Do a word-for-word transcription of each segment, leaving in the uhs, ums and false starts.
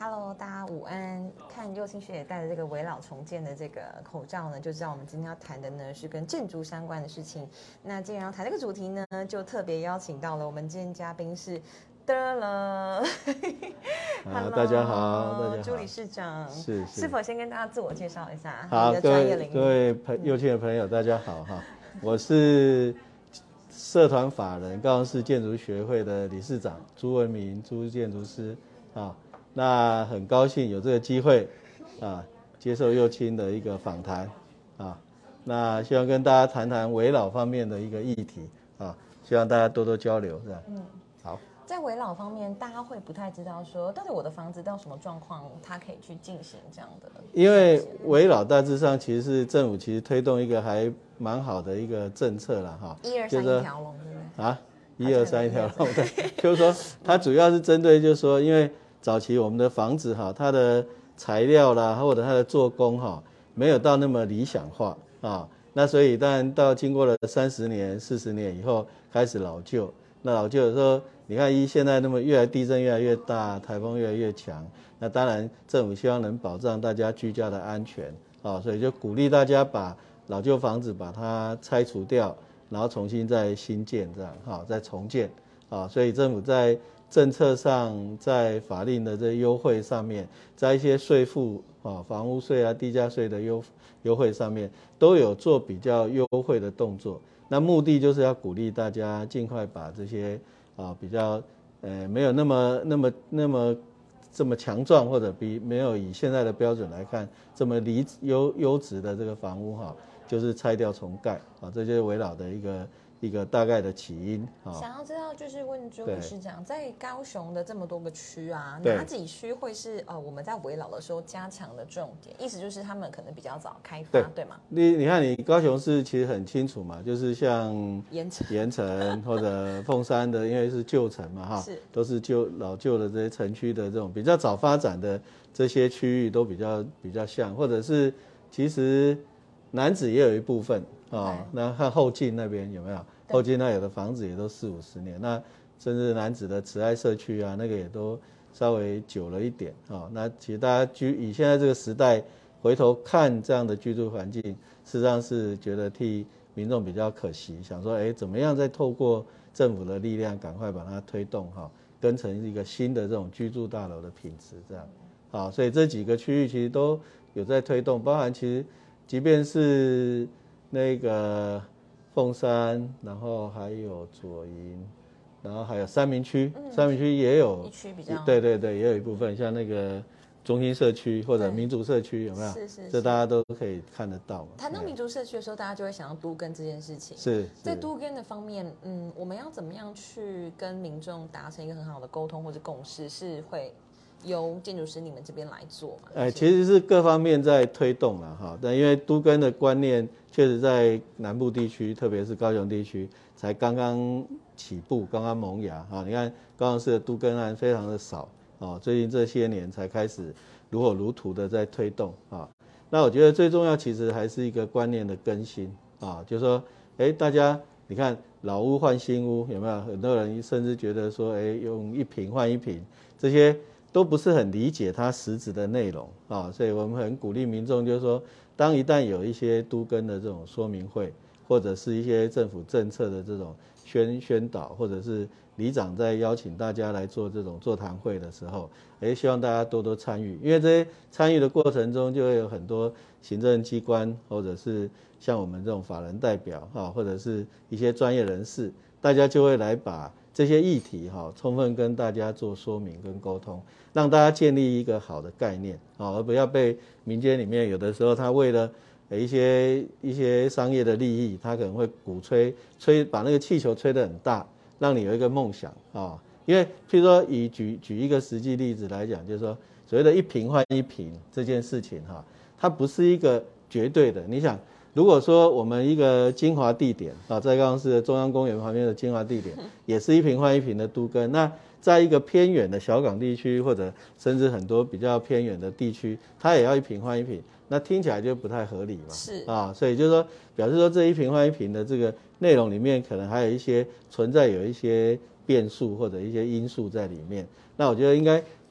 Hello， 大家午安。看佑清学姐戴的这个围老重建的这个口罩呢，就知道我们今天要谈的呢是跟建筑相关的事情。那既然要谈这个主题呢，就特别邀请到了我们今天嘉宾是的了。 好，大家好，大家好， 朱理事长是是， 是否先跟大家自我介绍一下好， 你的专业领域？ 各位朋幼青的朋友，大家好哈，我是社团法人高雄市建筑学会的理事长朱文明，朱建筑师啊。那很高兴有这个机会啊，接受幼青的一个访谈啊。那希望跟大家谈谈围老方面的一个议题啊，希望大家多多交流，是吧？嗯，好。 在围老方面，大家会不太知道说，到底我的房子到什么状况，它可以去进行这样的。 因为围老大致上其实是政府其实推动一个还蛮好的一个政策啦，哈。 一二三一条龙，对不对？ 啊，一二三一条龙，对，就是说它主要是针对，就是说，因为早期我们的房子哈，它的材料啦，或者它的做工哈，没有到那么理想化啊。那所以当然到经过了三十年、四十年以后，开始老旧。那老旧的时候，你看一现在那么越来地震越来越大，台风越来越强，那当然政府希望能保障大家居家的安全啊，所以就鼓励大家把老旧房子把它拆除掉，然后重新再新建这样哈，再重建啊。所以政府在政策上，在法令的这优惠上面，在一些税负啊、房屋税啊、地价税的优优惠上面，都有做比较优惠的动作。那目的就是要鼓励大家尽快把这些啊比较呃没有那么那么那么这么强壮，或者比没有以现在的标准来看这么离优优质的这个房屋哈，就是拆掉重盖啊，这就是围老的一个。一个大概的起因啊， 想要知道就是问朱理事长，在高雄的这么多个区啊， 哪几区会是呃我们在围老的时候加强的重点？意思就是他们可能比较早开发， 对, 对吗？ 你你看你高雄市其实很清楚嘛，就是像盐城、 盐城或者凤山的，因为是旧城嘛哈， 是都是旧老旧的这些城区的这种比较早发展的这些区域都比较比较像，或者是其实楠梓也有一部分啊、哦，那看后进那边有没有？后进那有的房子也都四五十年，那甚至楠梓的慈爱社区啊，那个也都稍微久了一点啊、哦。那其实大家居以现在这个时代回头看这样的居住环境，事实上是觉得替民众比较可惜，想说，哎，怎么样再透过政府的力量，赶快把它推动哈，跟成一个新的这种居住大楼的品质这样。好，所以这几个区域其实都有在推动，包含其实即便是那个。凤山，然后还有左营，然后还有三民区，嗯、三民区也有一区比较， 对对对，也有一部分像那个中心社区或者民族社区，有没有？ 是是是， 这大家都可以看得到嘛。 谈到民族社区的时候，大家就会想到都更这件事情。 是， 在都更的方面，嗯，我们要怎么样去跟民众达成一个很好的沟通或者共识，是会由建筑师你们这边来做嘛？ 哎，其实是各方面在推动了哈，但因为都更的观念确实在南部地区，特别是高雄地区才刚刚起步，刚刚萌芽哈。你看高雄市的都更案非常的少啊，最近这些年才开始如火如荼的在推动啊。那我觉得最重要其实还是一个观念的更新啊，就是说，哎，大家你看老屋换新屋有没有？很多人甚至觉得说，哎，用一坪换一坪这些。都不是很理解它实质的内容啊，所以我们很鼓励民众，就是说，当一旦有一些都更的这种说明会，或者是一些政府政策的这种宣宣导，或者是里长在邀请大家来做这种座谈会的时候，哎，希望大家多多参与，因为这些参与的过程中，就会有很多行政机关，或者是像我们这种法人代表啊，或者是一些专业人士，大家就会来把这些议题哈，充分跟大家做说明跟沟通，让大家建立一个好的概念啊，而不要被民间里面有的时候他为了一些一些商业的利益，他可能会鼓吹吹把那个气球吹得很大，让你有一个梦想啊。因为譬如说以举举一个实际例子来讲，就是说所谓的一坪换一坪这件事情哈，它不是一个绝对的。你想。如果说我们一个精华地点啊，在高雄市的中央公园旁边的精华地点，也是一坪换一坪的都更，那在一个偏远的小港地区，或者甚至很多比较偏远的地区，它也要一坪换一坪，那听起来就不太合理嘛。 是啊，所以就是说，表示说这一坪换一坪的这个内容里面，可能还有一些存在有一些变数或者一些因素在里面。那我觉得应该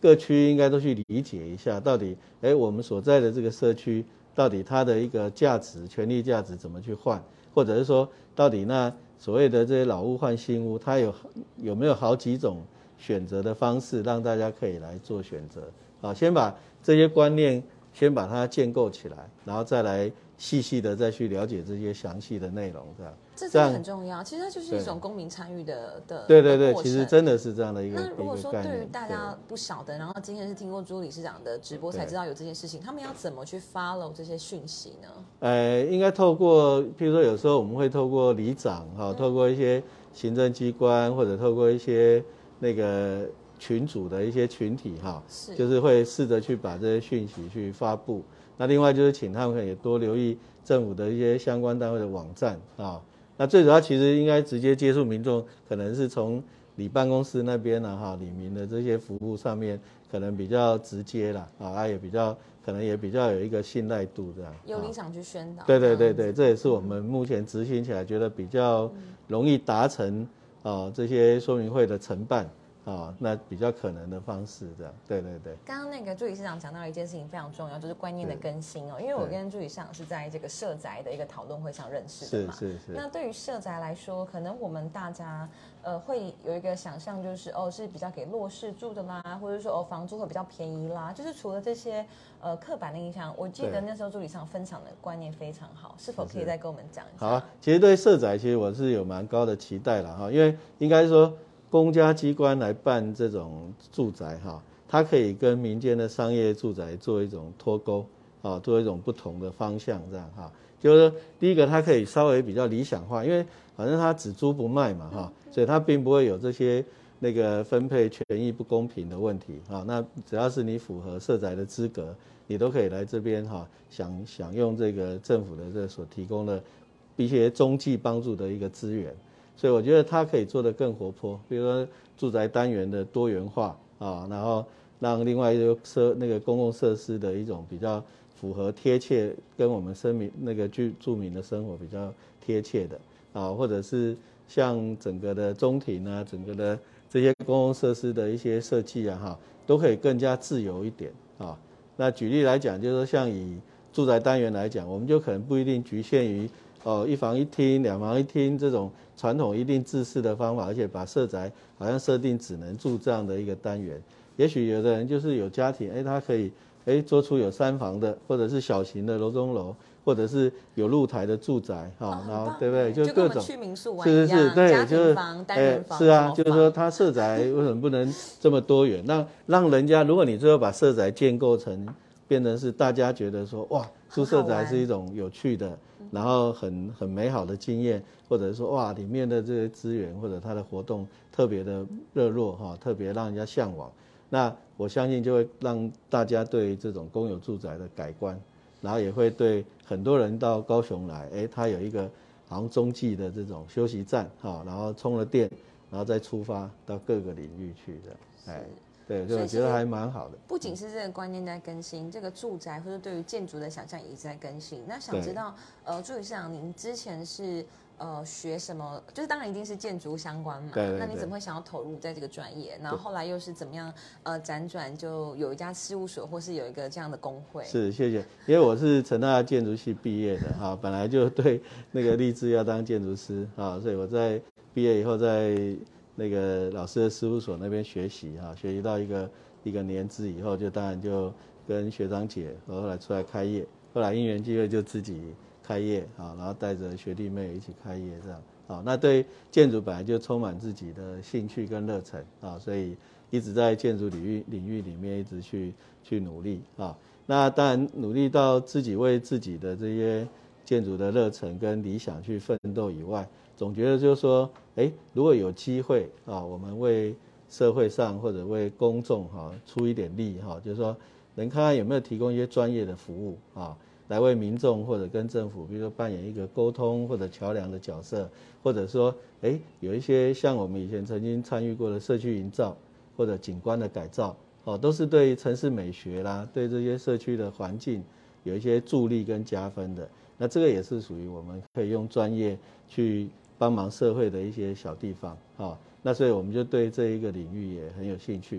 各区应该都去理解一下，到底哎我们所在的这个社区到底它的一个价值、权利价值怎么去换，或者是说到底那所谓的这些老屋换新屋，它有有没有好几种选择的方式，让大家可以来做选择。好，先把这些观念先把它建构起来，然后再来细细的再去了解这些详细的内容，这样。 这真的很重要，其实它就是一种公民参与的的对对对，其实真的是这样的一个。 那如果说对于大家不晓得，然后今天是听过朱理事长的直播才知道有这件事情，他们要怎么去 follow 这些讯息呢？ 呃，应该透过，譬如说有时候我们会透过里长哈、嗯，透过一些行政机关或者透过一些那个群组的一些群体哈，是就是会试着去把这些讯息去发布。那另外就是请他们也多留意政府的一些相关单位的网站啊。那最主要其实应该直接接触民众，可能是从里办公室那边呢哈，里民的这些服务上面可能比较直接啦啊，也比较可能也比较有一个信赖度这样。 有里长去宣导。 对对对对，这也是我们目前执行起来觉得比较容易达成啊这些说明会的承办。啊，那比较可能的方式，这样，对对对。 刚刚那个助理市长讲到一件事情非常重要，就是观念的更新哦。因为我跟助理市长是在这个社宅的一个讨论会上认识的嘛。 是是是。 那对于社宅来说，可能我们大家呃会有一个想象，就是哦是比较给弱势住的啦，或者说哦房租会比较便宜啦。就是除了这些呃刻板的印象，我记得那时候助理市长分享的观念非常好，是否可以再跟我们讲一下？ 好啊，其实对社宅，其实我是有蛮高的期待啦哈，因为应该说。公家机关来办这种住宅哈，它可以跟民间的商业住宅做一种脱钩啊，做一种不同的方向这样哈。就是说第一个，它可以稍微比较理想化，因为反正它只租不卖嘛哈，所以它并不会有这些那个分配权益不公平的问题啊。那只要是你符合社宅的资格，你都可以来这边哈，享享用这个政府的这所提供的一些中继帮助的一个资源。所以我觉得它可以做得更活泼，比如说住宅单元的多元化啊，然后让另外一个设那个公共设施的一种比较符合贴切，跟我们生民那个居住民的生活比较贴切的啊，或者是像整个的中庭啊，整个的这些公共设施的一些设计啊，哈，都可以更加自由一点啊。那举例来讲，就是说像以住宅单元来讲，我们就可能不一定局限于。哦，一房一厅、两房一厅这种传统一定制式的方法，而且把社宅好像设定只能住这样的一个单元。也许有的人就是有家庭，哎，他可以哎做出有三房的，或者是小型的楼中楼，或者是有露台的住宅，哈、哦，然后对不对？ 就各种去民宿玩一样， 是是是，对，就是哎， 是啊，就是说他社宅为什么不能这么多元？让让人家，如果你最后把社宅建构成变成是大家觉得说哇，住社宅是一种有趣的。然后很很美好的经验，或者是说哇，里面的这些资源或者它的活动特别的热络哈，特别让人家向往。那我相信就会让大家对这种公有住宅的改观，然后也会对很多人到高雄来，哎，它有一个好像中继的这种休息站哈，然后充了电，然后再出发到各个领域去的，哎。对，所以我觉得还蛮好的。 不仅是这个观念在更新，这个住宅或者对于建筑的想象也在更新。那想知道，呃，助理市长，您之前是呃学什么？就是当然一定是建筑相关嘛。 对, 对, 对。 那你怎么会想要投入在这个专业？然后后来又是怎么样呃辗转就有一家事务所，或是有一个这样的工会？ 是，谢谢。因为我是成大建筑系毕业的哈，本来就对那个立志要当建筑师啊，所以我在毕业以后在。那个老师的事务所那边学习哈，学习到一个一个年资以后，就当然就跟学长姐，后来出来开业，后来因缘际会就自己开业啊，然后带着学弟妹一起开业这样啊。那对建筑本来就充满自己的兴趣跟热忱啊，所以一直在建筑领域领域里面一直去去努力啊。那当然努力到自己为自己的这些建筑的热忱跟理想去奋斗以外。总觉得就是说，哎，如果有机会啊，我们为社会上或者为公众哈出一点力哈，就是说能看看有没有提供一些专业的服务啊，来为民众或者跟政府，比如说扮演一个沟通或者桥梁的角色，或者说，哎，有一些像我们以前曾经参与过的社区营造或者景观的改造，哦，都是对城市美学啦，对这些社区的环境有一些助力跟加分的。那这个也是属于我们可以用专业去。帮忙社会的一些小地方啊，那所以我们就对这一个领域也很有兴趣，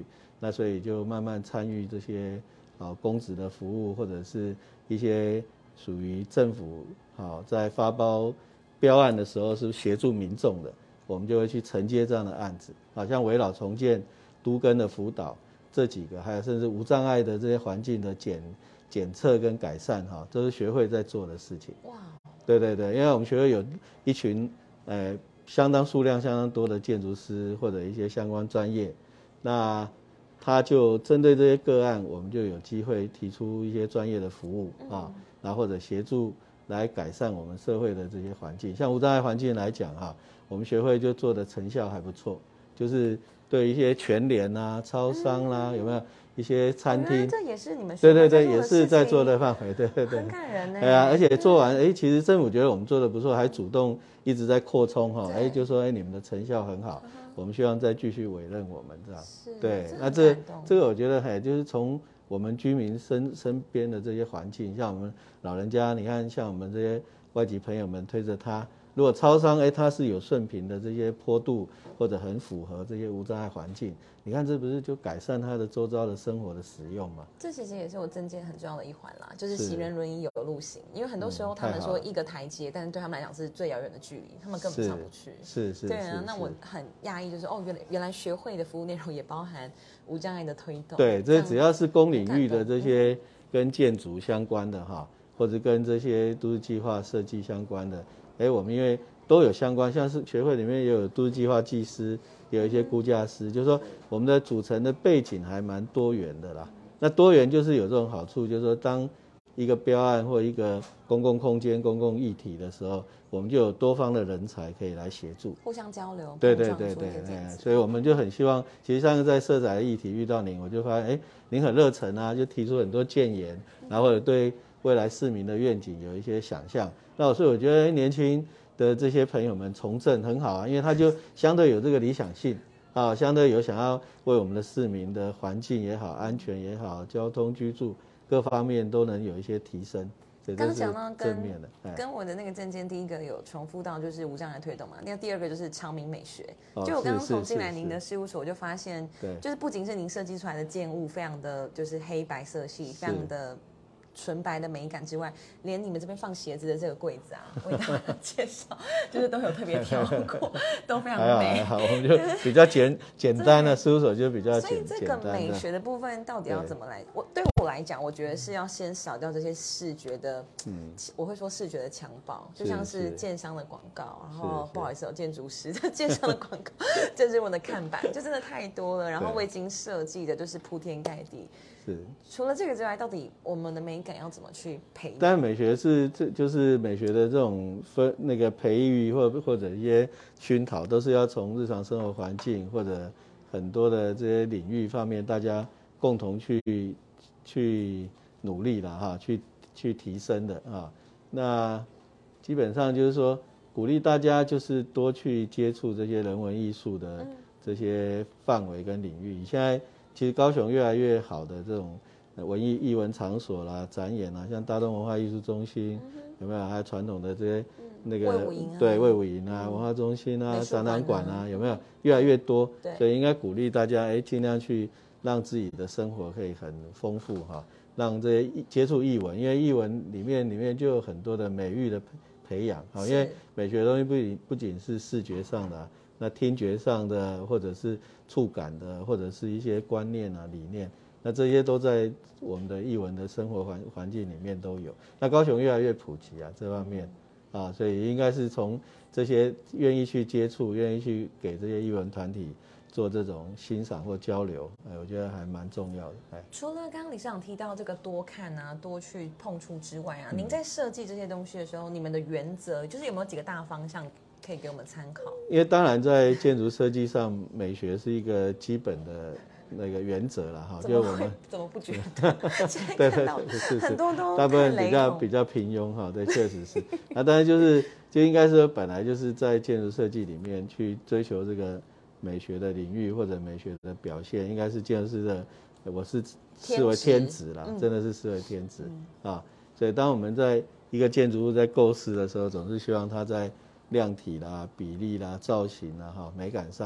那所以就慢慢参与这些啊公职的服务，或者是一些属于政府好在发包标案的时候是协助民众的，我们就会去承接这样的案子，好像危老重建、都更的辅导这几个，还有甚至无障碍的这些环境的检检测跟改善哈，都是学会在做的事情。哇，对对对，因为我们学会有一群呃相当数量相当多的建筑师或者一些相关专业，那他就针对这些个案，我们就有机会提出一些专业的服务啊，然后或者协助来改善我们社会的这些环境。像无障碍环境来讲哈，我们学会就做的成效还不错，就是对一些全联啊、超商啦、啊，有没有一些餐厅？ 这也是你们对对对，也是在做的范围，对对对， 很感人呢。 对啊，而且做完，哎，其实政府觉得我们做的不错，还主动一直在扩充哈，哎，就说哎你们的成效很好，我们希望再继续委任我们这样。对，那这这个我觉得哎，就是从我们居民身身边的这些环境，像我们老人家，你看像我们这些外籍朋友们推着他。如果超商哎它是有顺平的这些坡度，或者很符合这些无障碍环境，你看这不是就改善它的周遭的生活的使用吗？ 这其实也是我政见很重要的一环啦，就是行人轮椅有路行，因为很多时候他们说一个台阶，但是对他们来讲是最遥远的距离，他们根本上不去。 是是。 对啊，那我很讶异，就是哦，原来原来学会的服务内容也包含无障碍的推动。 对，这只要是公领域的这些跟建筑相关的哈，或者跟这些都市计划设计相关的。哎，我们因为都有相关，像是学会里面也有都市计划技师，也有一些估价师，就是说我们的组成的背景还蛮多元的啦。那多元就是有这种好处，就是说当一个标案或一个公共空间、公共议题的时候，我们就有多方的人才可以来协助， 互相交流。 对对对对对，所以我们就很希望，其实上次在社宅的议题遇到您，我就发现，哎，您很热忱啊，就提出很多建言，然后或者对未来市民的愿景有一些想象。那所以我觉得年轻的这些朋友们从政很好啊，因为他就相对有这个理想性啊，相对有想要为我们的市民的环境也好、安全也好、交通居住各方面都能有一些提升。 刚讲到跟跟我的那个政见，第一个有重复到就是无障碍推动嘛，那第二个就是常民美学。哦、就我刚刚从进来您的事务所，我就发现，就是不仅是您设计出来的建物非常的就是黑白色系，非常的纯白的美感之外，连你们这边放鞋子的这个柜子啊，我给大家介绍，就是都有特别挑过，都非常美。 还好，我们就比较简简单的事务所就比较简。 所以这个美学的部分到底要怎么来？我对我来讲，我觉得是要先扫掉这些视觉的，嗯，我会说视觉的强暴，就像是建商的广告，然后不好意思，有建筑师建商的广告，这是我的看板，就真的太多了。然后未经设计的，就是铺天盖地。是，除了这个之外，到底我们的美感要怎么去培育？ 当然，美学是这就是美学的这种分那个培育或或者一些熏陶，都是要从日常生活环境或者很多的这些领域方面，大家共同去去努力了哈，去去提升的啊。那基本上就是说，鼓励大家就是多去接触这些人文艺术的这些范围跟领域。现在其实高雄越来越好的这种文艺艺文场所啦、展演啦，像大东文化艺术中心、嗯、有没有？还有传统的这些那个、嗯啊、对卫武营啊、嗯、文化中心啊、展览馆啊，有没有？越来越多，所以应该鼓励大家，哎，尽量去让自己的生活可以很丰富哈，让这些接触艺文，因为艺文里面里面就有很多的美育的培养啊，因为美学的东西不仅不仅是视觉上的、啊。那听觉上的，或者是触感的，或者是一些观念啊、理念，那这些都在我们的艺文的生活环环境里面都有。那高雄越来越普及啊，这方面啊，所以应该是从这些愿意去接触、愿意去给这些艺文团体做这种欣赏或交流，哎，我觉得还蛮重要的。哎， 除了刚刚理事长提到这个多看啊、多去碰触之外啊，嗯、您在设计这些东西的时候，你们的原则就是有没有几个大方向？可以给我们参考， 因为当然在建筑设计上，美学是一个基本的那个原则了哈。 就我们怎么不觉得？对对对，是是，很多都大部分比较比较平庸哈，对，确实是。那当然就是就应该说本来就是在建筑设计里面去追求这个美学的领域或者美学的表现，应该是建筑师的，我是视为天职啦，真的是视为天职啊。所以当我们在一个建筑物在构思的时候，总是希望它在量体啦、比例啦、造型啦、哈美感上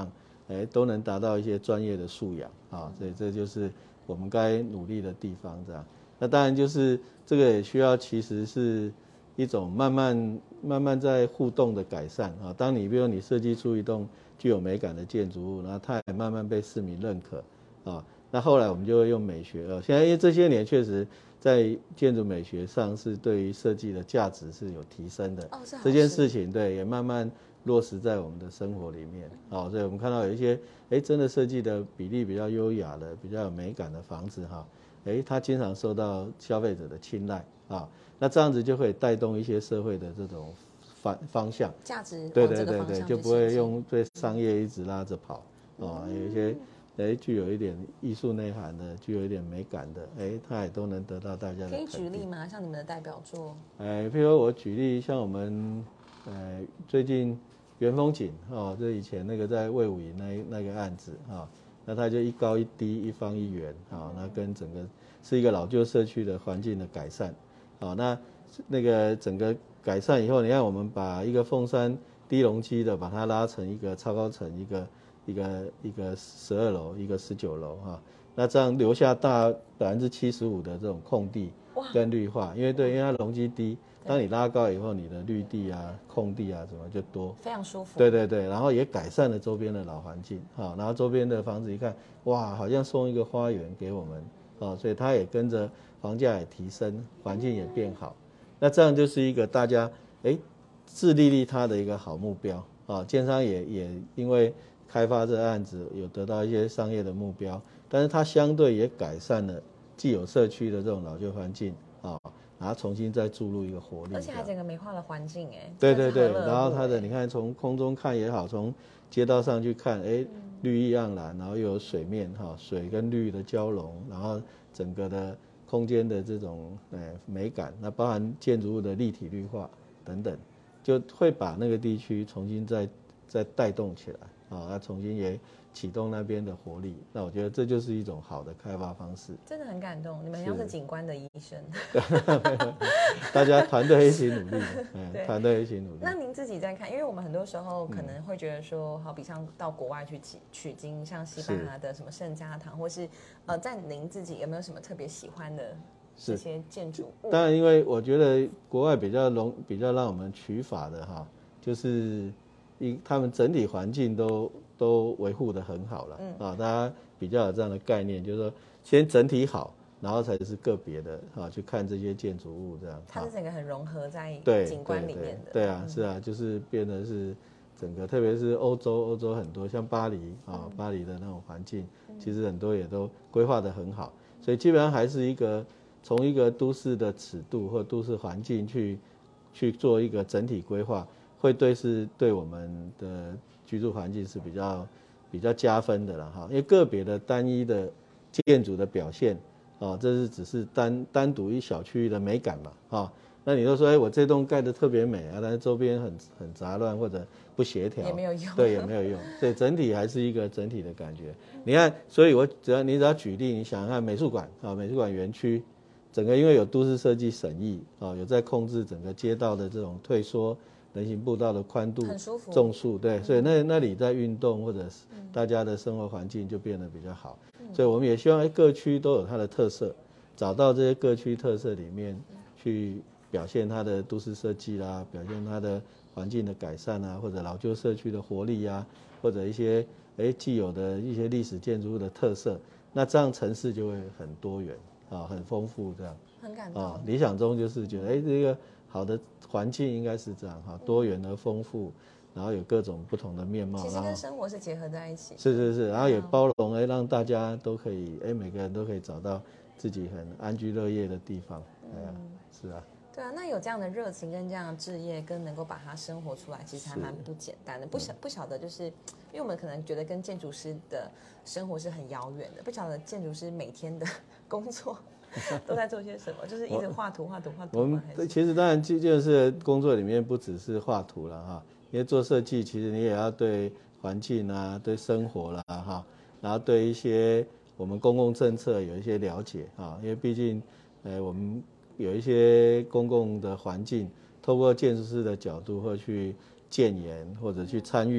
哎，都能达到一些专业的素养啊，所以这就是我们该努力的地方，这样。那当然就是这个也需要，其实是一种慢慢慢慢在互动的改善啊。当你比如你设计出一栋具有美感的建筑物，然后它也慢慢被市民认可啊，那后来我们就会用美学了。现在因为这些年确实在建筑美学上是对于设计的价值是有提升的， 哦，是好这件事情对也慢慢落实在我们的生活里面。好，所以我们看到有一些哎真的设计的比例比较优雅的、比较有美感的房子哈，哎它经常受到消费者的青睐啊，那这样子就可以带动一些社会的这种方方向， 价值对对对对，就不会用对商业一直拉着跑啊，有一些。哎，具有一点艺术内涵的，具有一点美感的，哎，它也都能得到大家的肯定。 可以举例吗？像你们的代表作？ 哎，譬如我举例，像我们，呃，最近元丰锦哦，这以前那个在卫武营那那个案子啊、哦，那它就一高一低，一方一圆啊、哦，那跟整个是一个老旧社区的环境的改善，好、哦，那那个整个改善以后，你看我们把一个凤山低容积的，把它拉成一个超高层一个。一个一个十二楼，一个十九楼哈，那这样留下大百分之七十五的这种空地跟绿化，因为对，因为它容积低，当你拉高以后，你的绿地啊、空地啊什么就多， 非常舒服。 对对对，然后也改善了周边的老环境哈，然后周边的房子一看，哇，好像送一个花园给我们啊，所以它也跟着房价也提升，环境也变好，那这样就是一个大家哎自利利他的一个好目标啊，建商也也因为。开发这个案子有得到一些商业的目标，但是它相对也改善了既有社区的这种老旧环境啊，然后重新再注入一个活力， 而且还整个美化了环境哎。 对对对，然后它的你看从空中看也好，从街道上去看，哎，绿意盎然，然后又有水面哈，水跟绿的交融，然后整个的空间的这种呃美感，那包含建筑物的立体绿化等等，就会把那个地区重新再再带动起来。啊，那重新也启动那边的活力，那我觉得这就是一种好的开发方式。 真的很感动，你们像是景观的医生， 大家团队一起努力，嗯，团队一起努力。 那您自己在看，因为我们很多时候可能会觉得说，好比像到国外去取取经，像西班牙的什么圣家堂，或是呃，在您自己有没有什么特别喜欢的这些建筑物？ 当然，因为我觉得国外比较容比较让我们取法的哈，就是一他们整体环境都都维护得很好了，嗯啊，大家比较有这样的概念，就是说先整体好，然后才是个别的啊去看这些建筑物这样。 它是整个很融合在景观里面的。 对, 对, 对, 对啊，是啊，就是变得是整个，特别是欧洲，欧洲很多像巴黎啊，嗯、巴黎的那种环境，其实很多也都规划得很好，所以基本上还是一个从一个都市的尺度或都市环境去去做一个整体规划。会对是对我们的居住环境是比较比较加分的了哈，因为个别的单一的建筑的表现啊，这是只是单单独一小区域的美感嘛哈，那你就说哎我这栋盖得特别美啊，但是周边很很杂乱或者不协调， 也没有用， 对也没有用，所以整体还是一个整体的感觉。你看，所以我只要你只要举例，你想想看美术馆啊，美术馆园区，整个因为有都市设计审议啊，有在控制整个街道的这种退缩。人行步道的宽度、种树，对，所以那那里在运动或者大家的生活环境就变得比较好。所以我们也希望哎各区都有它的特色，找到这些各区特色里面去表现它的都市设计啦，表现它的环境的改善啊，或者老旧社区的活力啊，或者一些哎既有的一些历史建筑物的特色，那这样城市就会很多元啊，很丰富这样。 很感动啊， 理想中就是觉得哎这个。好的环境应该是这样哈，多元而丰富，然后有各种不同的面貌， 其实跟生活是结合在一起。 是是是，然后也包容哎，让大家都可以哎，每个人都可以找到自己很安居乐业的地方。哎呀，是啊。 对啊，那有这样的热情跟这样的志业，跟能够把它生活出来，其实还蛮不简单的。不晓不晓得，就是因为我们可能觉得跟建筑师的生活是很遥远的，不晓得建筑师每天的工作。都在做些什么？就是一直画图、画图、画图。 我们其实当然建筑师工作里面不只是画图了哈，因为做设计，其实你也要对环境啊、对生活啦哈，然后对一些我们公共政策有一些了解啊，因为毕竟呃我们有一些公共的环境，透过建筑师的角度或去建言或者去参与，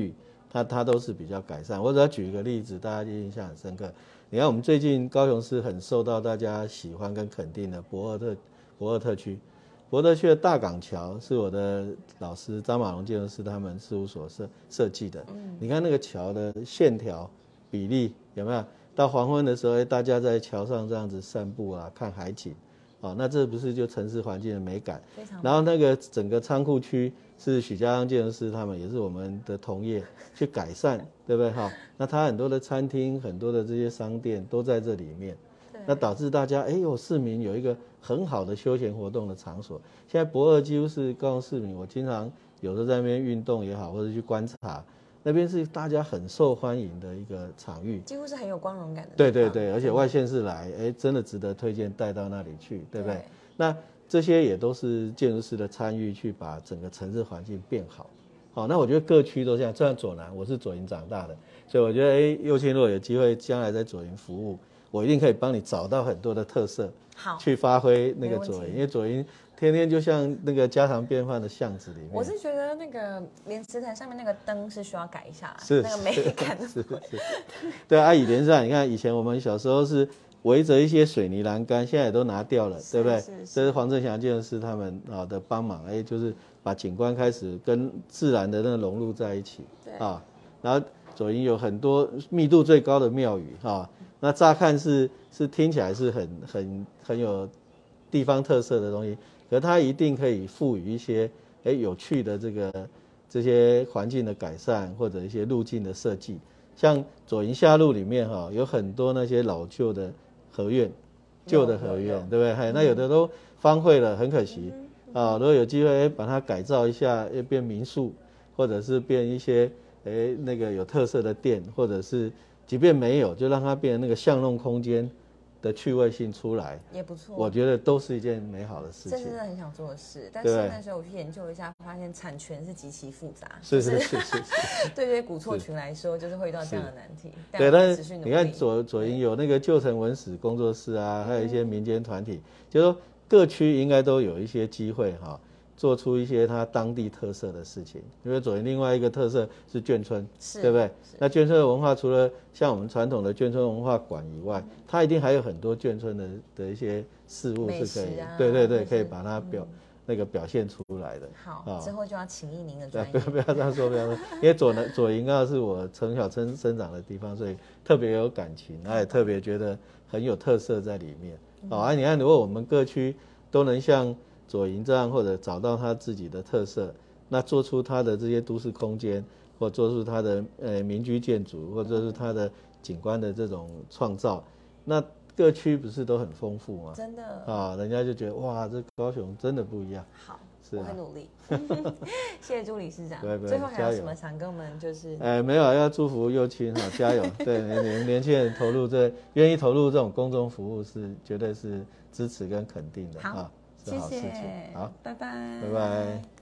它它都是比较改善。我只要举一个例子，大家就印象很深刻。你看我们最近高雄市很受到大家喜欢跟肯定的博尔特博尔特区，博尔特区的大港桥是我的老师张马龙建筑师他们事务所设设计的。嗯，你看那个桥的线条比例有没有？到黄昏的时候，大家在桥上这样子散步啊，看海景。哦，那这不是就城市环境的美感？ 非常。 然后那个整个仓库区是许家阳建筑师他们也是我们的同业去改善，对不对？哈，那他很多的餐厅、很多的这些商店都在这里面，那导致大家哎呦市民有一个很好的休闲活动的场所。现在博二几乎是高雄市民，我经常有时候在那边运动也好，或者去观察。那边是大家很受欢迎的一个场域， 几乎是很有光荣感的。 对对对，而且外县市来，哎，真的值得推荐带到那里去，对不对？对，那这些也都是建筑师的参与，去把整个城市环境变好。好，那我觉得各区都这样。像左南，我是左营长大的，所以我觉得，哎，右青如果有机会将来在左营服务，我一定可以帮你找到很多的特色， 好， 去发挥那个左营，因为左营天天就像那个家常便饭的巷子里面。 我是觉得那个莲池潭上面那个灯是需要改一下， 是那个美感。 是是是，对啊，以前上你看以前我们小时候是围着一些水泥栏杆，现在也都拿掉了，对不对？ 是是是， 这是黄正祥建筑师他们啊的帮忙，哎，就是把景观开始跟自然的那个融入在一起。 对啊，然后左营有很多密度最高的庙宇哈，那乍看是是听起来是很很很有地方特色的东西。可它一定可以赋予一些哎有趣的这个这些环境的改善，或者一些路径的设计。像左营下路里面哈，有很多那些老旧的合院，旧的合院，对不对？嗯、那有的都荒废了，很可惜、嗯、啊。如果有机会哎把它改造一下，要变民宿，或者是变一些哎那个有特色的店，或者是即便没有，就让它变成那个巷弄空间的趣味性出来也不错， 我觉得都是一件美好的事情。 这是真的很想做的事，但是那时候我去研究一下，发现产权是极其复杂， 是是是是是， 对这些古厝群来说，就是会遇到这样的难题。 对，但是你看左左营有那个旧城文史工作室啊，还有一些民间团体，就是说各区应该都有一些机会哈。做出一些它当地特色的事情，因为左营另外一个特色是眷村，对不对？那眷村的文化除了像我们传统的眷村文化馆以外，它一定还有很多眷村的的一些事物是可以，啊、对对对，可以把它表、嗯、那个表现出来的。 好，哦、之后就要请益您的专业。 不要不要这样说，不要说，因为左南左营刚好是我从小生生长的地方，所以特别有感情，然后也特别觉得很有特色在里面。好、嗯哦、啊，你看，如果我们各区都能像左营这样，或者找到他自己的特色，那做出他的这些都市空间，或做出他的呃民居建筑，或者是他的景观的这种创造，那各区不是都很丰富吗？ 真的啊，人家就觉得哇，这高雄真的不一样。 好， 是、啊、 我会努力。谢谢朱理事长。 对对， 最后还有什么想跟我们就是？ 哎，没有，要祝福幼青哈，加油！对，你们年轻人投入这，愿意投入这种公众服务是绝对是支持跟肯定的啊。 谢谢， 好， 拜拜， 拜拜。